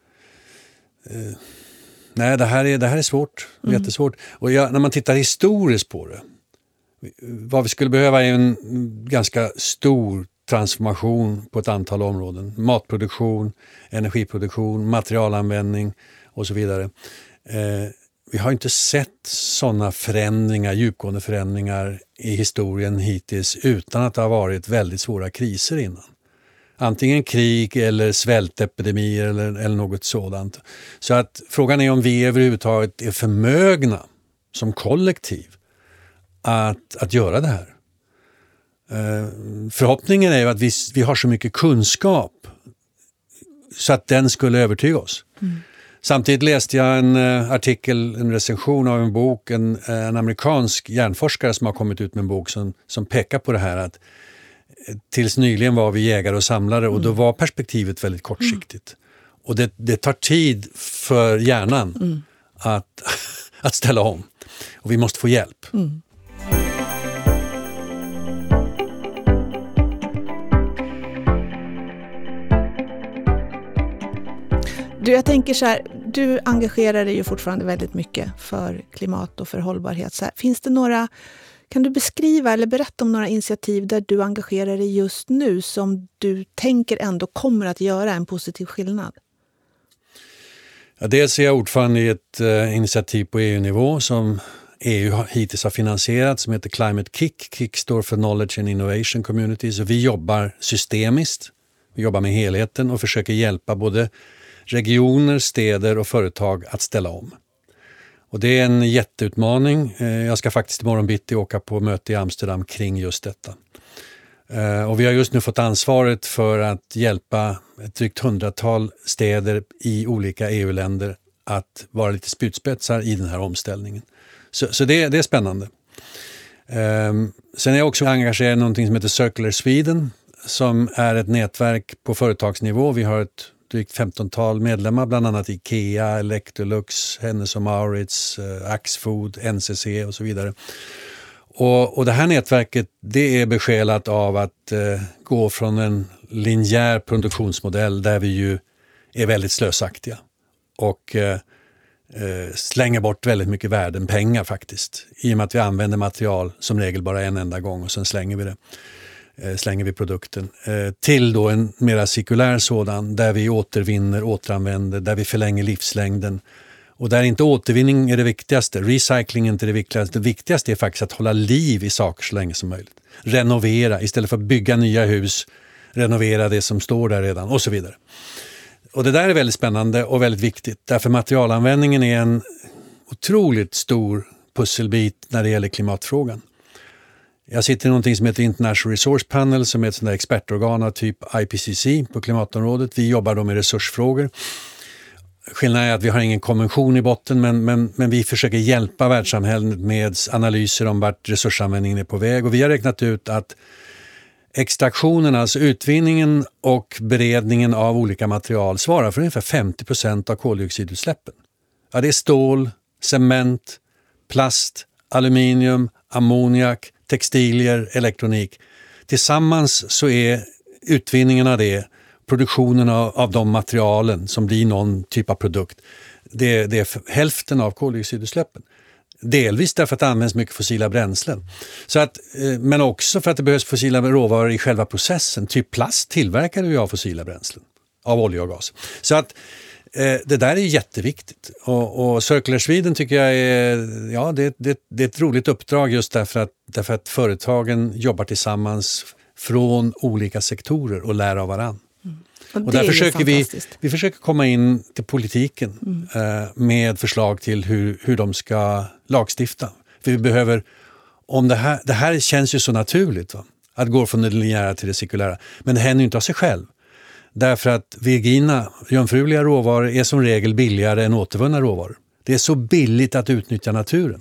uh, nej, det här är, det här är svårt. Mm. Jättesvårt. Och jag, när man tittar historiskt på det, vad vi skulle behöva är en ganska stor transformation på ett antal områden. Matproduktion, energiproduktion, materialanvändning och så vidare. Eh, vi har inte sett sådana förändringar, djupgående förändringar i historien hittills utan att det har varit väldigt svåra kriser innan. Antingen krig eller svältepidemier eller, eller något sådant. Så att frågan är om vi överhuvudtaget är förmögna som kollektiv Att, att göra det här. Eh, förhoppningen är ju att vi, vi har så mycket kunskap så att den skulle övertyga oss. Mm. Samtidigt läste jag en uh, artikel, en recension av en bok, en, en amerikansk hjärnforskare som har kommit ut med en bok som, som pekar på det här att tills nyligen var vi jägare och samlare mm. och då var perspektivet väldigt kortsiktigt. Mm. Och det, det tar tid för hjärnan mm. att, att ställa om. Och vi måste få hjälp. Mm. Du, jag tänker så här, du engagerar dig ju fortfarande väldigt mycket för klimat och för hållbarhet. Så här, finns det några, kan du beskriva eller berätta om några initiativ där du engagerar dig just nu som du tänker ändå kommer att göra en positiv skillnad? Ja, dels är jag ordförande i ett uh, initiativ på E U-nivå som E U hittills har finansierat som heter Climate Kick. Kick står för Knowledge and Innovation Communities och vi jobbar systemiskt. Vi jobbar med helheten och försöker hjälpa både regioner, städer och företag att ställa om. Och det är en jätteutmaning. Jag ska faktiskt imorgon bitti åka på möte i Amsterdam kring just detta. Och vi har just nu fått ansvaret för att hjälpa ett drygt hundratal städer i olika E U-länder att vara lite spjutspetsar i den här omställningen. Så, så det, det är spännande. Sen är jag också engagerad i någonting som heter Circular Sweden som är ett nätverk på företagsnivå. Vi har ett drygt femtontal medlemmar, bland annat Ikea, Electrolux, Hennes och Mauritz, Axfood, N C C och så vidare. Och, och det här nätverket det är besjälat av att eh, gå från en linjär produktionsmodell där vi ju är väldigt slösaktiga och eh, slänger bort väldigt mycket värden, pengar faktiskt. I och med att vi använder material som regel bara en enda gång och sen slänger vi det. slänger vi produkten till då en mera cirkulär sådan där vi återvinner, återanvänder, där vi förlänger livslängden och där inte återvinning är det viktigaste, recycling är inte det viktigaste. Det viktigaste är faktiskt att hålla liv i saker så länge som möjligt. Renovera istället för att bygga nya hus, renovera det som står där redan och så vidare. och det där är väldigt spännande och väldigt viktigt. Därför materialanvändningen är en otroligt stor pusselbit när det gäller klimatfrågan. Jag sitter i någonting som heter International Resource Panel som är ett sånt där expertorgan av typ I P C C på klimatområdet. Vi jobbar då med resursfrågor. Skillnaden är att vi har ingen konvention i botten men, men, men vi försöker hjälpa världssamhället med analyser om vart resursanvändningen är på väg. Och vi har räknat ut att extraktionen, alltså utvinningen och beredningen av olika material svarar för ungefär femtio procent av koldioxidutsläppen. Ja, det är stål, cement, plast, aluminium, ammoniak, textilier, elektronik. Tillsammans så är utvinningen av det, produktionen av, av de materialen som blir någon typ av produkt, det, det är hälften av koldioxidutsläppen. Delvis därför att det används mycket fossila bränslen. Så att, men också för att det behövs fossila råvaror i själva processen. Typ plast tillverkar vi av fossila bränslen, av olja och gas. Så att det där är jätteviktigt. Och, och Circular Sweden tycker jag är, ja, det, det, det är ett roligt uppdrag just därför att, därför att företagen jobbar tillsammans från olika sektorer och lär av varann. Mm. Och, och där försöker vi, vi försöker komma in till politiken mm. eh, med förslag till hur, hur de ska lagstifta. För vi behöver, om det här, det här känns ju så naturligt, va? Att gå från det linjära till det cirkulära. Men det händer ju inte av sig själv. Därför att virgina, jungfruliga råvaror är som regel billigare än återvunna råvaror. Det är så billigt att utnyttja naturen.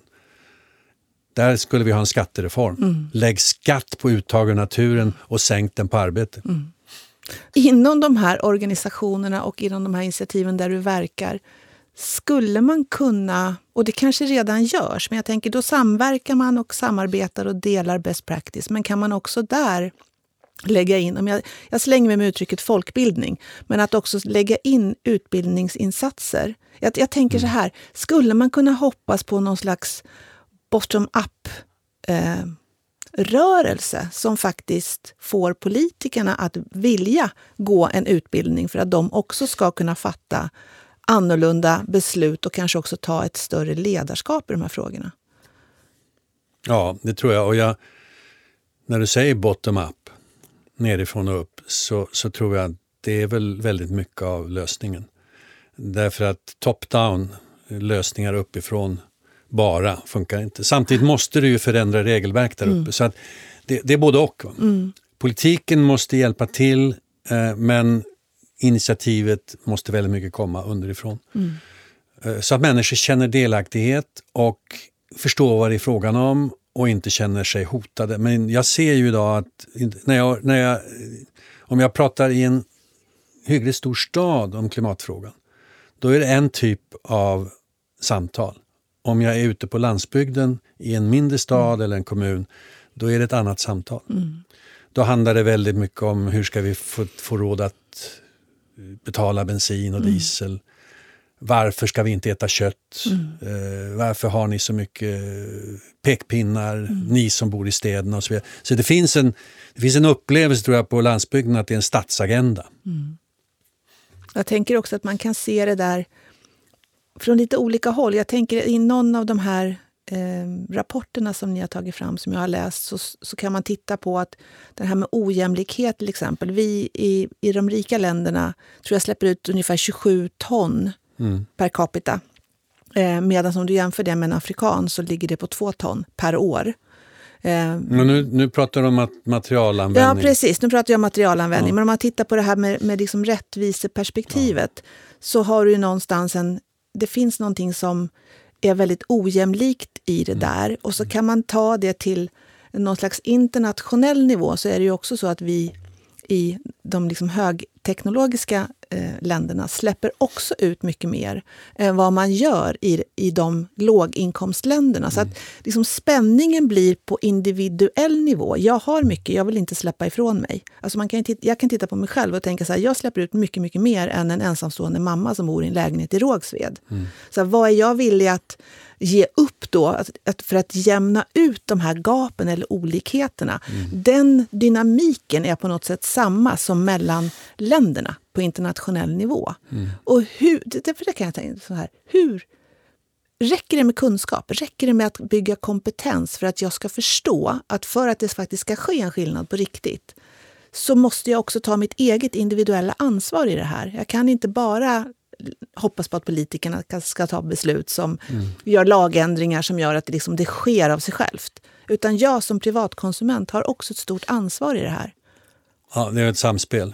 Där skulle vi ha en skattereform. Mm. Lägg skatt på uttag ur naturen och sänk den på arbete. Mm. Inom de här organisationerna och inom de här initiativen där du verkar, skulle man kunna, och det kanske redan görs, men jag tänker då samverkar man och samarbetar och delar best practice. Men kan man också där lägga in, om jag, jag slänger mig med uttrycket folkbildning, men att också lägga in utbildningsinsatser. Jag, jag tänker så här, skulle man kunna hoppas på någon slags bottom-up eh, rörelse som faktiskt får politikerna att vilja gå en utbildning för att de också ska kunna fatta annorlunda beslut och kanske också ta ett större ledarskap i de här frågorna? Ja, det tror jag. Och jag, när du säger bottom-up, nerifrån och upp, så, så tror jag att det är väl väldigt mycket av lösningen. Därför att top-down, lösningar uppifrån bara funkar inte. Samtidigt måste du ju förändra regelverk där uppe. Mm. Så att det, det är både och. Mm. Politiken måste hjälpa till, eh, men initiativet måste väldigt mycket komma underifrån. Mm. Eh, så att människor känner delaktighet och förstår vad det är frågan om och inte känner sig hotade. Men jag ser ju idag att när jag, när jag, om jag pratar i en hyggligt stor stad om klimatfrågan, då är det en typ av samtal. Om jag är ute på landsbygden i en mindre stad mm. eller en kommun, då är det ett annat samtal. Mm. Då handlar det väldigt mycket om hur ska vi få, få råd att betala bensin och diesel. Mm. Varför ska vi inte äta kött? Mm. Eh, varför har ni så mycket pekpinnar, mm. ni som bor i städerna och så vidare. Så det finns en, det finns en upplevelse tror jag på landsbygden att det är en stadsagenda. Mm. Jag tänker också att man kan se det där från lite olika håll. Jag tänker i någon av de här eh, rapporterna som ni har tagit fram som jag har läst så, så kan man titta på att det här med ojämlikhet till exempel. Vi i, i de rika länderna tror jag släpper ut ungefär tjugosju ton mm. per capita. Eh, medan om du jämför det med en afrikan så ligger det på två ton per år. Eh, Men nu, nu pratar du om materialanvändning. Ja, precis. Nu pratar jag om materialanvändning. Ja. Men om man tittar på det här med, med liksom rättviseperspektivet ja. så har du ju någonstans en det finns någonting som är väldigt ojämlikt i det där. Och så kan man ta det till någon slags internationell nivå så är det ju också så att vi i de liksom högteknologiska eh, länderna släpper också ut mycket mer än vad man gör i, i de låginkomstländerna. Mm. Så att liksom, spänningen blir på individuell nivå. Jag har mycket, jag vill inte släppa ifrån mig. Alltså man kan titta, jag kan titta på mig själv och tänka så här, jag släpper ut mycket, mycket mer än en ensamstående mamma som bor i en lägenhet i Rågsved. Mm. Så här, vad är jag villig att ge upp då att, att för att jämna ut de här gapen eller olikheterna. Mm. Den dynamiken är på något sätt samma som mellan länderna på internationell nivå. Mm. Och hur, därför det kan jag tänka så här, hur räcker det med kunskap? Räcker det med att bygga kompetens för att jag ska förstå att för att det faktiskt ska ske en skillnad på riktigt så måste jag också ta mitt eget individuella ansvar i det här. Jag kan inte bara hoppas på att politikerna ska ta beslut som mm. gör lagändringar som gör att det, liksom, det sker av sig självt. Utan jag som privatkonsument har också ett stort ansvar i det här. Ja, det är ett samspel.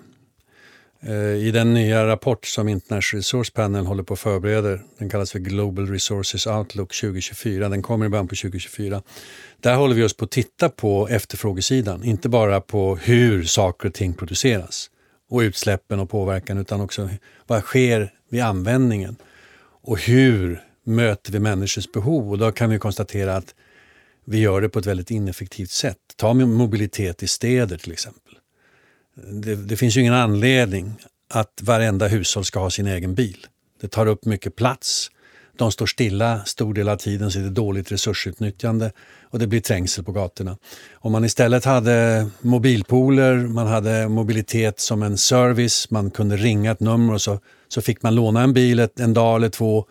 I den nya rapport som International Resource Panel håller på att förbereda, den kallas för Global Resources Outlook tjugo tjugofyra, den kommer i början på tjugo tjugofyra. Där håller vi oss på att titta på efterfrågesidan, inte bara på hur saker och ting produceras och utsläppen och påverkan, utan också vad sker vid användningen och hur möter vi människors behov. Och då kan vi konstatera att vi gör det på ett väldigt ineffektivt sätt. Ta mobilitet i städer till exempel. Det, det finns ju ingen anledning att varenda hushåll ska ha sin egen bil. Det tar upp mycket plats. De står stilla stor del av tiden, så är det dåligt resursutnyttjande och det blir trängsel på gatorna. Om man istället hade mobilpooler, man hade mobilitet som en service, man kunde ringa ett nummer och så, så fick man låna en bil ett, en dag eller två.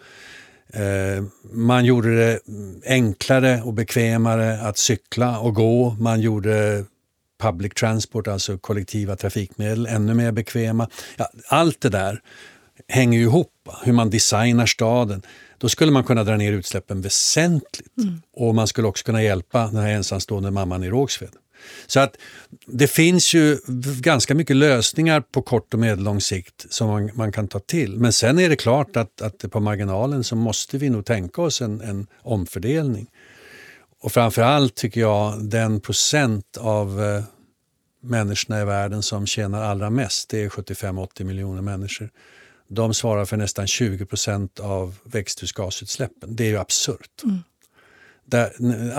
Eh, man gjorde det enklare och bekvämare att cykla och gå. Man gjorde public transport, alltså kollektiva trafikmedel, ännu mer bekväma. Ja, allt det där hänger ju ihop, hur man designar staden. Då skulle man kunna dra ner utsläppen väsentligt. Mm. Och man skulle också kunna hjälpa den här ensamstående mamman i Rågsved. Så att det finns ju ganska mycket lösningar på kort och medellång sikt som man, man kan ta till. Men sen är det klart att, att på marginalen så måste vi nog tänka oss en, en omfördelning. Och framförallt tycker jag den procent av eh, människorna i världen som tjänar allra mest, det är sjuttiofem till åttio miljoner människor. De svarar för nästan tjugo procent av växthusgasutsläppen. Det är ju absurt. Mm. Där,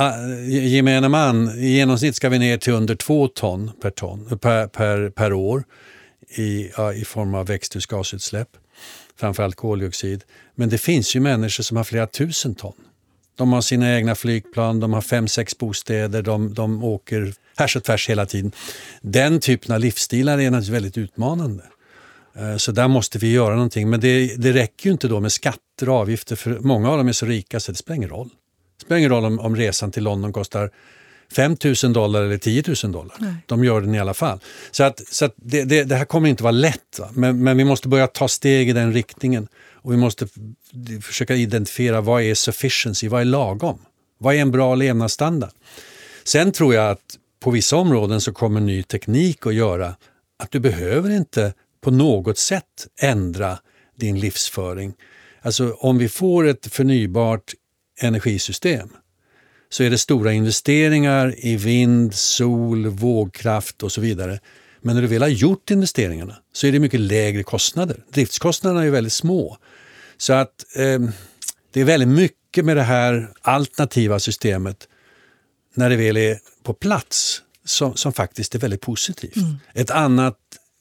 gemene man, i genomsnitt ska vi ner till under två ton per, ton, per, per, per år i, ja, i form av växthusgasutsläpp. Framförallt koldioxid. Men det finns ju människor som har flera tusen ton. De har sina egna flygplan, de har fem, sex bostäder, de, de åker härs och tvärs hela tiden. Den typen av livsstilar är naturligtvis väldigt utmanande. Så där måste vi göra någonting. Men det, det räcker ju inte då med skatter och avgifter, för många av dem är så rika så det spelar ingen roll. Det spelar ingen roll om, om resan till London kostar fem tusen dollar eller tio tusen dollar. Nej. De gör den i alla fall. Så, att, så att det, det, det här kommer inte vara lätt. Va? Men, men vi måste börja ta steg i den riktningen. Och vi måste försöka identifiera vad är sufficiency, vad är lagom? Vad är en bra levnadsstandard? Sen tror jag att på vissa områden så kommer ny teknik att göra att du behöver inte på något sätt ändra din livsföring. Alltså om vi får ett förnybart energisystem så är det stora investeringar i vind, sol, vågkraft och så vidare. Men när du väl har gjort investeringarna så är det mycket lägre kostnader. Driftskostnaderna är väldigt små. Så att eh, det är väldigt mycket med det här alternativa systemet när det väl är på plats som, som faktiskt är väldigt positivt. Mm. Ett annat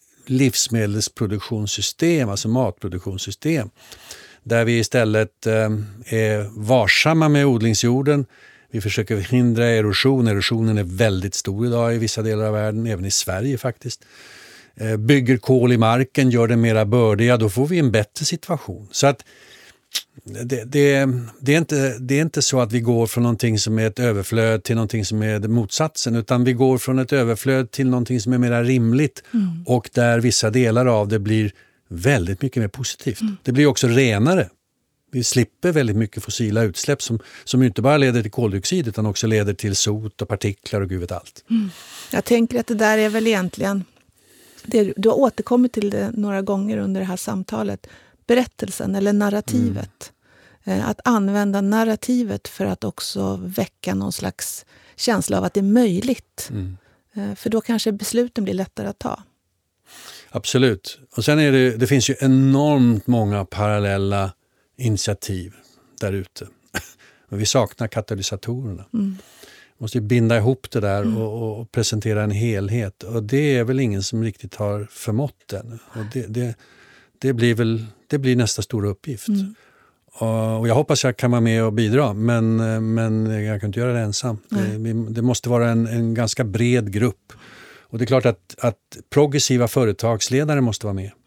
livsmedelsproduktionssystem, alltså matproduktionssystem, där vi istället eh, är varsamma med odlingsjorden. Vi försöker förhindra erosion. Erosionen är väldigt stor idag i vissa delar av världen, även i Sverige faktiskt. Eh, bygger kol i marken, gör den mera bördiga, då får vi en bättre situation. Så att det, det, det, är inte, det är inte så att vi går från någonting som är ett överflöd till någonting som är motsatsen, utan vi går från ett överflöd till någonting som är mer rimligt mm. och där vissa delar av det blir väldigt mycket mer positivt. Mm. Det blir också renare. Vi slipper väldigt mycket fossila utsläpp som, som inte bara leder till koldioxid utan också leder till sot och partiklar och gud vet allt. Mm. Jag tänker att det där är väl egentligen, det, du har återkommit till det några gånger under det här samtalet, berättelsen eller narrativet. Mm. Att använda narrativet för att också väcka någon slags känsla av att det är möjligt. Mm. För då kanske besluten blir lättare att ta. Absolut. Och sen är det, det finns ju enormt många parallella initiativ där ute. Men vi saknar katalysatorerna. Mm. Vi måste ju binda ihop det där mm. och, och presentera en helhet. Och det är väl ingen som riktigt har förmått än. Och det, det, det blir väl det blir nästa stora uppgift. Mm. Och, och jag hoppas jag kan vara med och bidra. Men, men jag kan inte göra det ensam. Det, det måste vara en, en ganska bred grupp. Och det är klart att, att progressiva företagsledare måste vara med.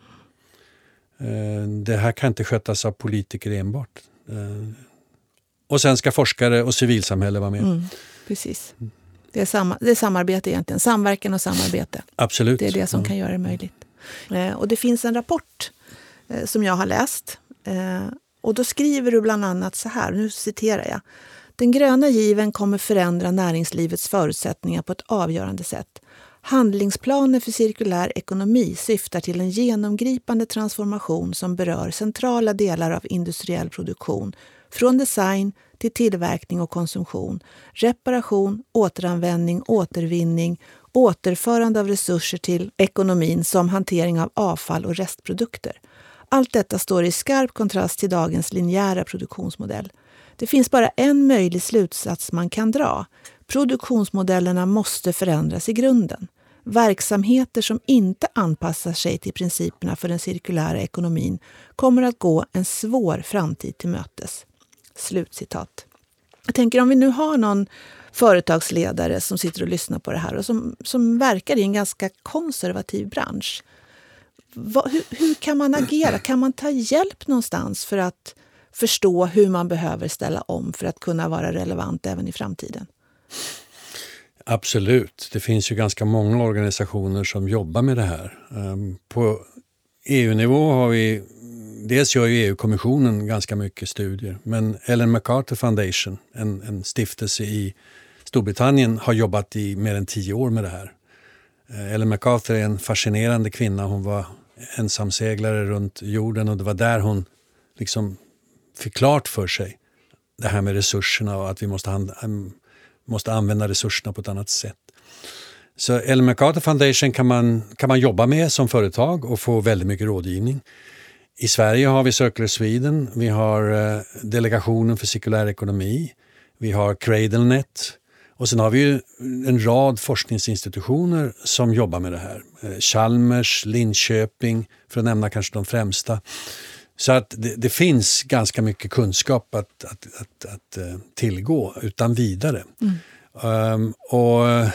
Det här kan inte skötas av politiker enbart. Och sen ska forskare och civilsamhälle vara med. Mm, precis. Det är, samma, det är samarbete egentligen, samverkan och samarbete. Absolut. Det är det som ja. kan göra det möjligt. Eh, och det finns en rapport eh, som jag har läst. Eh, och då skriver du bland annat så här, nu citerar jag. Den gröna given kommer förändra näringslivets förutsättningar på ett avgörande sätt. Handlingsplaner för cirkulär ekonomi syftar till en genomgripande transformation som berör centrala delar av industriell produktion, från design till tillverkning och konsumtion, reparation, återanvändning, återvinning, återförande av resurser till ekonomin som hantering av avfall och restprodukter. Allt detta står i skarp kontrast till dagens linjära produktionsmodell. Det finns bara en möjlig slutsats man kan dra. Produktionsmodellerna måste förändras i grunden. Verksamheter som inte anpassar sig till principerna för den cirkulära ekonomin kommer att gå en svår framtid till mötes. Slutcitat. Jag tänker om vi nu har någon företagsledare som sitter och lyssnar på det här och som, som verkar i en ganska konservativ bransch. Vad, hur, hur kan man agera? Kan man ta hjälp någonstans för att förstå hur man behöver ställa om för att kunna vara relevant även i framtiden? Absolut. Det finns ju ganska många organisationer som jobbar med det här. På E U-nivå har vi, dels gör ju E U-kommissionen ganska mycket studier, men Ellen MacArthur Foundation, en, en stiftelse i Storbritannien, har jobbat i mer än tio år med det här. Ellen MacArthur är en fascinerande kvinna. Hon var ensamseglare runt jorden och det var där hon liksom fick klart för sig det här med resurserna och att vi måste, hand, måste använda resurserna på ett annat sätt. Så Ellen MacArthur Foundation kan man, kan man jobba med som företag och få väldigt mycket rådgivning. I Sverige har vi Circular Sweden, vi har eh, Delegationen för cirkulär ekonomi, vi har CradleNet och sen har vi ju en rad forskningsinstitutioner som jobbar med det här. Eh, Chalmers, Linköping, för att nämna kanske de främsta. Så att det, det finns ganska mycket kunskap att, att, att, att, att tillgå utan vidare. Mm. Um, och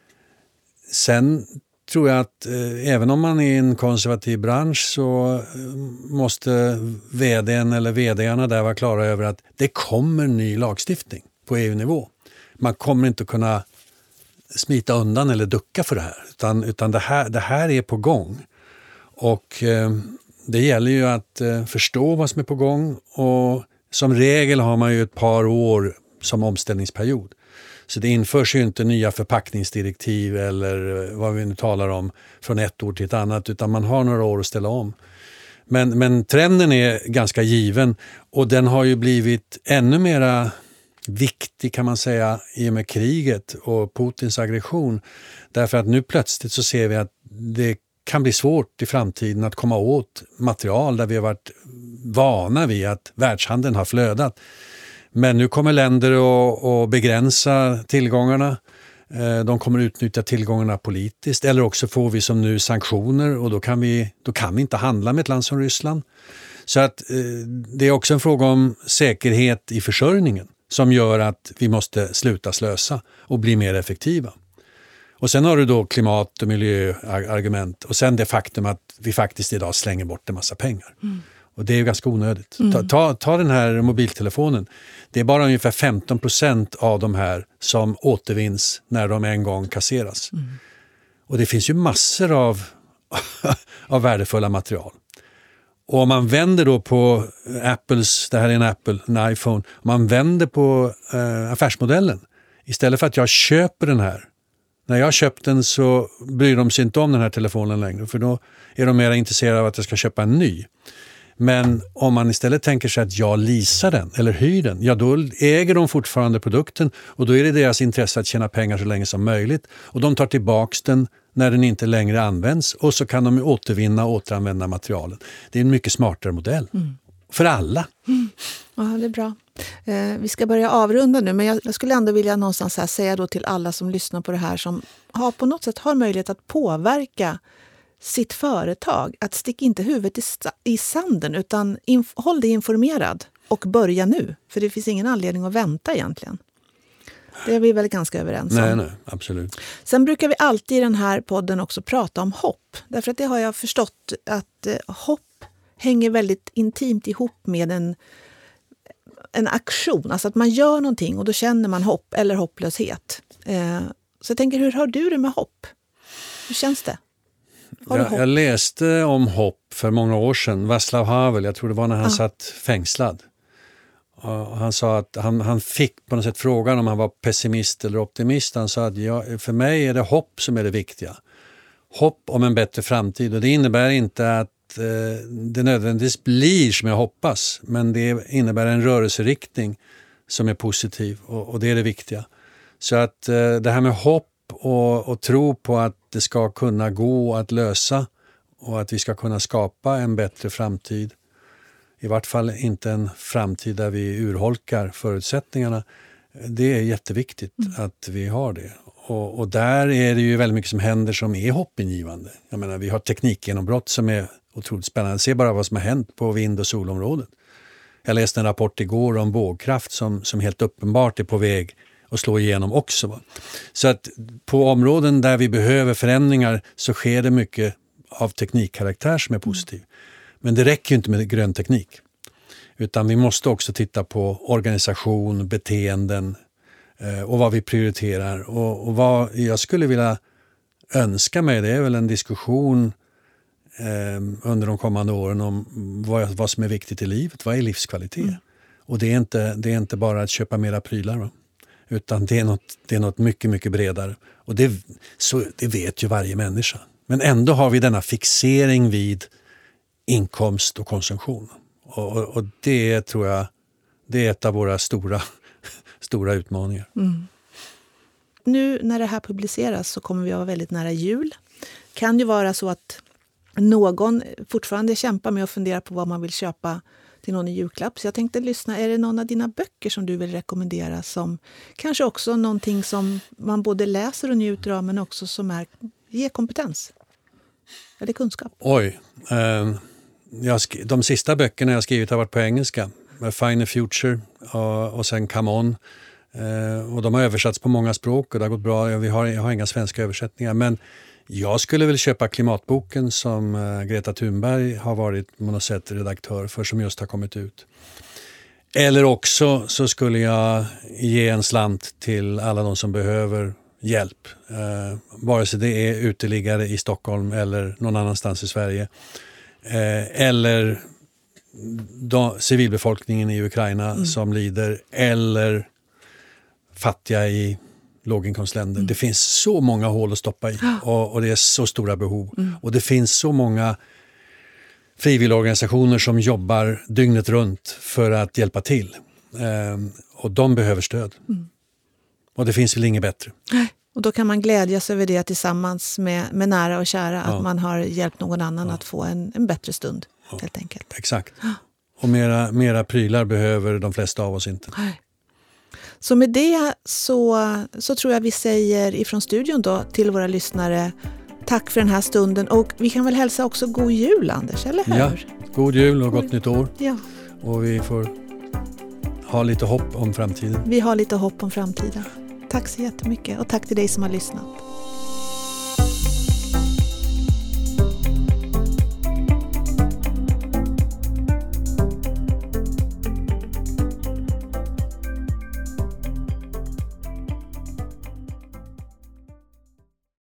sen tror jag att eh, även om man är i en konservativ bransch så eh, måste vdn eller vdarna där vara klara över att det kommer ny lagstiftning på E U-nivå. Man kommer inte kunna smita undan eller ducka för det här, utan, utan det, här, det här är på gång. Och eh, det gäller ju att eh, förstå vad som är på gång och som regel har man ju ett par år som omställningsperiod. Så det införs ju inte nya förpackningsdirektiv eller vad vi nu talar om från ett år till ett annat, utan man har några år att ställa om. Men, men trenden är ganska given och den har ju blivit ännu mera viktig kan man säga i och med kriget och Putins aggression. Därför att nu plötsligt så ser vi att det kan bli svårt i framtiden att komma åt material där vi har varit vana vid att världshandeln har flödat. Men nu kommer länder att begränsa tillgångarna. De kommer utnyttja tillgångarna politiskt. Eller också får vi som nu sanktioner och då kan vi, då kan vi inte handla med ett land som Ryssland. Så att det är också en fråga om säkerhet i försörjningen som gör att vi måste sluta slösa och bli mer effektiva. Och sen har du då klimat- och miljöargument och sen det faktum att vi faktiskt idag slänger bort en massa pengar. Mm. Och det är ju ganska onödigt. Mm. Ta, ta, ta den här mobiltelefonen. Det är bara ungefär femton procent av de här som återvinns när de en gång kasseras. Mm. Och det finns ju massor av, av värdefulla material. Och om man vänder då på Apples, det här är en Apple, en iPhone. Om man vänder på eh, affärsmodellen. Istället för att jag köper den här. När jag köpt den så bryr de sig inte om den här telefonen längre. För då är de mer intresserade av att jag ska köpa en ny. Men om man istället tänker sig att jag leasar den eller hyr den, ja då äger de fortfarande produkten och då är det deras intresse att tjäna pengar så länge som möjligt. Och de tar tillbaks den när den inte längre används och så kan de återvinna och återanvända materialen. Det är en mycket smartare modell. Mm. För alla. Mm. Ja, det är bra. Eh, vi ska börja avrunda nu, men jag, jag skulle ändå vilja någonstans här säga då till alla som lyssnar på det här som har på något sätt har möjlighet att påverka sitt företag, att sticka inte huvudet i, i sanden utan inf- håll dig informerad och börja nu. För det finns ingen anledning att vänta egentligen. Det är vi väl ganska överens om. Nej, nej, absolut. Sen brukar vi alltid i den här podden också prata om hopp. Därför att det har jag förstått att eh, hopp hänger väldigt intimt ihop med en, en aktion. Alltså att man gör någonting och då känner man hopp eller hopplöshet. Eh, Så jag tänker, hur har du det med hopp? Hur känns det? Har du Jag, hopp? jag läste om hopp för många år sedan. Václav Havel, jag tror det var när han Ja. satt fängslad. Och han sa att han, han fick på något sätt frågan om han var pessimist eller optimist. Han sa att ja, för mig är det hopp som är det viktiga. Hopp om en bättre framtid. Och det innebär inte att eh, det nödvändigtvis blir som jag hoppas. Men det innebär en rörelseriktning som är positiv. Och, och det är det viktiga. Så att eh, det här med hopp och, och tro på att det ska kunna gå att lösa. Och att vi ska kunna skapa en bättre framtid. I vart fall inte en framtid där vi urholkar förutsättningarna. Det är jätteviktigt mm. att vi har det. Och, och där är det ju väldigt mycket som händer som är hoppingivande. Jag menar, vi har teknikgenombrott som är otroligt spännande. Se bara vad som har hänt på vind- och solområdet. Jag läste en rapport igår om vågkraft som, som helt uppenbart är på väg att slå igenom också. Va? Så att på områden där vi behöver förändringar så sker det mycket av teknikkaraktär som är positiv. Mm. Men det räcker ju inte med grön teknik. Utan vi måste också titta på organisation, beteenden eh, och vad vi prioriterar. Och, och vad jag skulle vilja önska mig, det är väl en diskussion eh, under de kommande åren om vad, vad som är viktigt i livet. Vad är livskvalitet? Mm. Och det är, inte, det är inte bara att köpa mera prylar. Va? Utan det är, något, det är något mycket, mycket bredare. Och det, så, det vet ju varje människa. Men ändå har vi denna fixering vid inkomst och konsumtion. Och, och, och det tror jag, det är ett av våra stora, stora utmaningar. Mm. Nu när det här publiceras så kommer vi att vara väldigt nära jul. Kan det vara så att någon fortfarande kämpar med att fundera på vad man vill köpa till någon i julklapp. Så jag tänkte lyssna, är det någon av dina böcker som du vill rekommendera som kanske också någonting som man både läser och njuter av men också som är, ger kompetens? Eller kunskap? Oj, eh, jag sk- de sista böckerna jag skrivit har varit på engelska. Find a Future och, och sen Come On. Eh, och de har översatts på många språk och det har gått bra. Vi har, jag har inga svenska översättningar men jag skulle väl köpa Klimatboken som eh, Greta Thunberg har varit på något sätt redaktör för som just har kommit ut. Eller också så skulle jag ge en slant till alla de som behöver hjälp. Eh, vare sig det är uteliggare i Stockholm eller någon annanstans i Sverige. Eh, eller då, civilbefolkningen i Ukraina mm. som lider. Eller fattiga i låginkomstländer. Mm. Det finns så många hål att stoppa i. Och, och det är så stora behov. Mm. Och det finns så många frivilligorganisationer som jobbar dygnet runt för att hjälpa till. Eh, och de behöver stöd. Mm. Och det finns väl inget bättre. Och då kan man glädjas över det tillsammans med, med nära och kära. Ja. Att man har hjälpt någon annan ja. Att få en, en bättre stund. Ja. Helt enkelt. Exakt. Ja. Och mera, mera prylar behöver de flesta av oss inte. Nej. Så med det så, så tror jag vi säger ifrån studion då till våra lyssnare tack för den här stunden. Och vi kan väl hälsa också god jul, Anders, eller hur? Ja, god jul och gott nytt år. Ja. Och vi får ha lite hopp om framtiden. Vi har lite hopp om framtiden. Tack så jättemycket och tack till dig som har lyssnat.